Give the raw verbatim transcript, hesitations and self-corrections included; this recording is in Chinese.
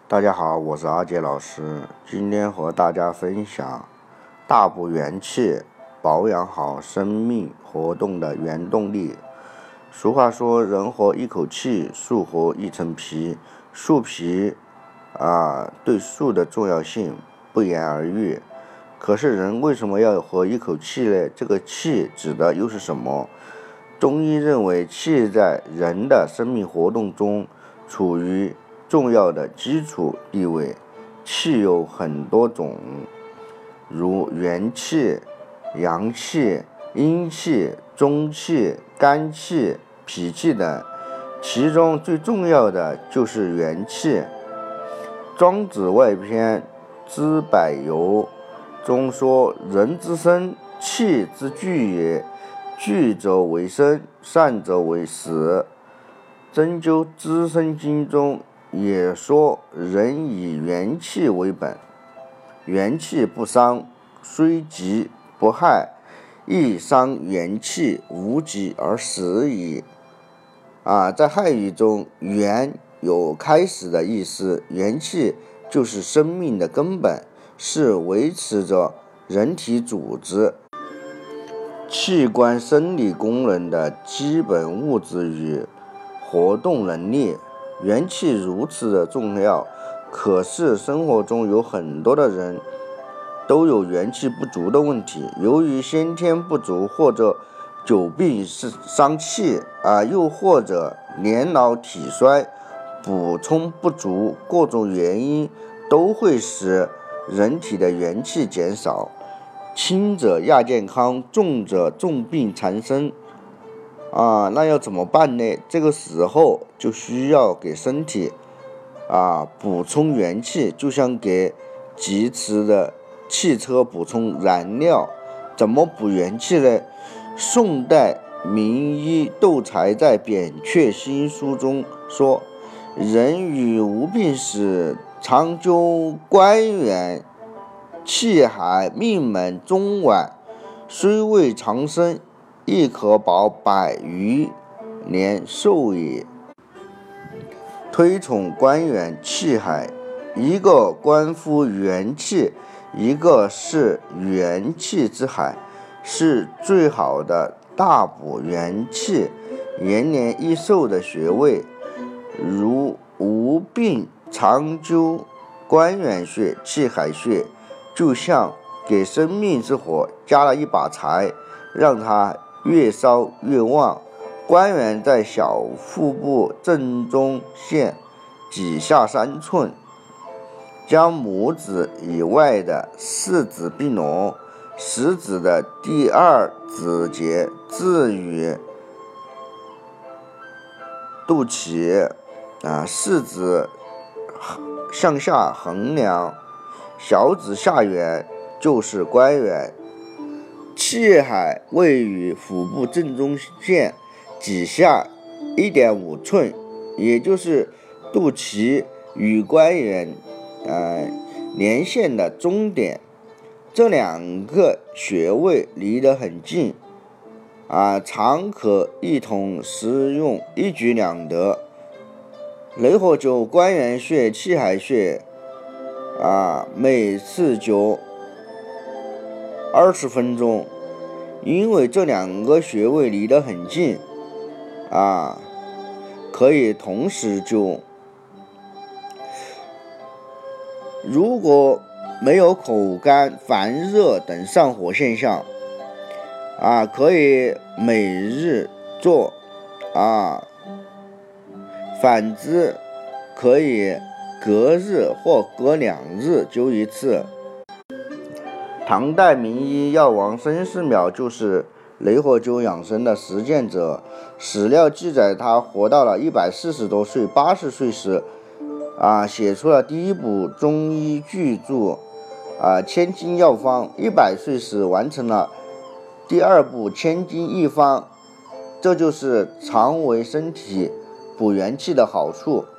大家好，我是阿杰老师，今天和大家分享大补元气，保养好生命活动的原动力。俗话说，人活一口气，树活一层皮。树皮啊，对树的重要性不言而喻。可是人为什么要活一口气呢？这个气指的又是什么？中医认为，气在人的生命活动中处于重要的基础地位。气有很多种，如元气、阳气、阴气、中气、肝气、脾气等，其中最重要的就是元气。庄子外篇之百游中说，人之生，气之聚也，聚则为生，散则为死。针灸资生经中也说，人以元气为本，元气不伤，虽急不害，亦伤元气，无疾而死矣。啊，在汉语中，元有开始的意思，元气就是生命的根本，是维持着人体组织、器官生理功能的基本物质与活动能力。元气如此的重要，可是生活中有很多的人都有元气不足的问题，由于先天不足或者久病伤气啊，又或者年老体衰，补充不足，各种原因都会使人体的元气减少，轻者亚健康，重者重病缠身啊。那要怎么办呢？这个时候就需要给身体啊补充元气，就像给疾驰的汽车补充燃料。怎么补元气呢？宋代名医窦才在《扁鹊新书》中说，人与无病时，常灸关元、气海、命门、中脘，虽未长生，亦可保百余年寿也。推崇关元、气海，一个关乎元气，一个是元气之海，是最好的大补元气、延年益寿的穴位。如无病常灸关元穴、气海穴，就像给生命之火加了一把柴，让它越烧越旺。关元在小腹部正中线几下三寸，将拇指以外的四指并拢，食指的第二指节置于肚脐，啊，四指向下横量，小指下缘就是关元。气海位于腹部正中线几下 一点五寸，也就是肚脐与关元呃连线的中点。这两个穴位离得很近啊，常可一同使用，一举两得。雷火灸关元穴、气海穴啊，每次灸二十分钟，因为这两个穴位离得很近啊，可以同时灸。如果没有口干、烦热等上火现象啊，可以每日做啊，反之可以隔日或隔两日灸一次。唐代名医药王申思邈就是雷火灸养生的实践者，史料记载他活到了一百四十多岁，八十岁时啊，写出了第一部中医巨著啊《千金药方》，一百岁时完成了第二部《千金一方》。这就是肠为身体补元气的好处。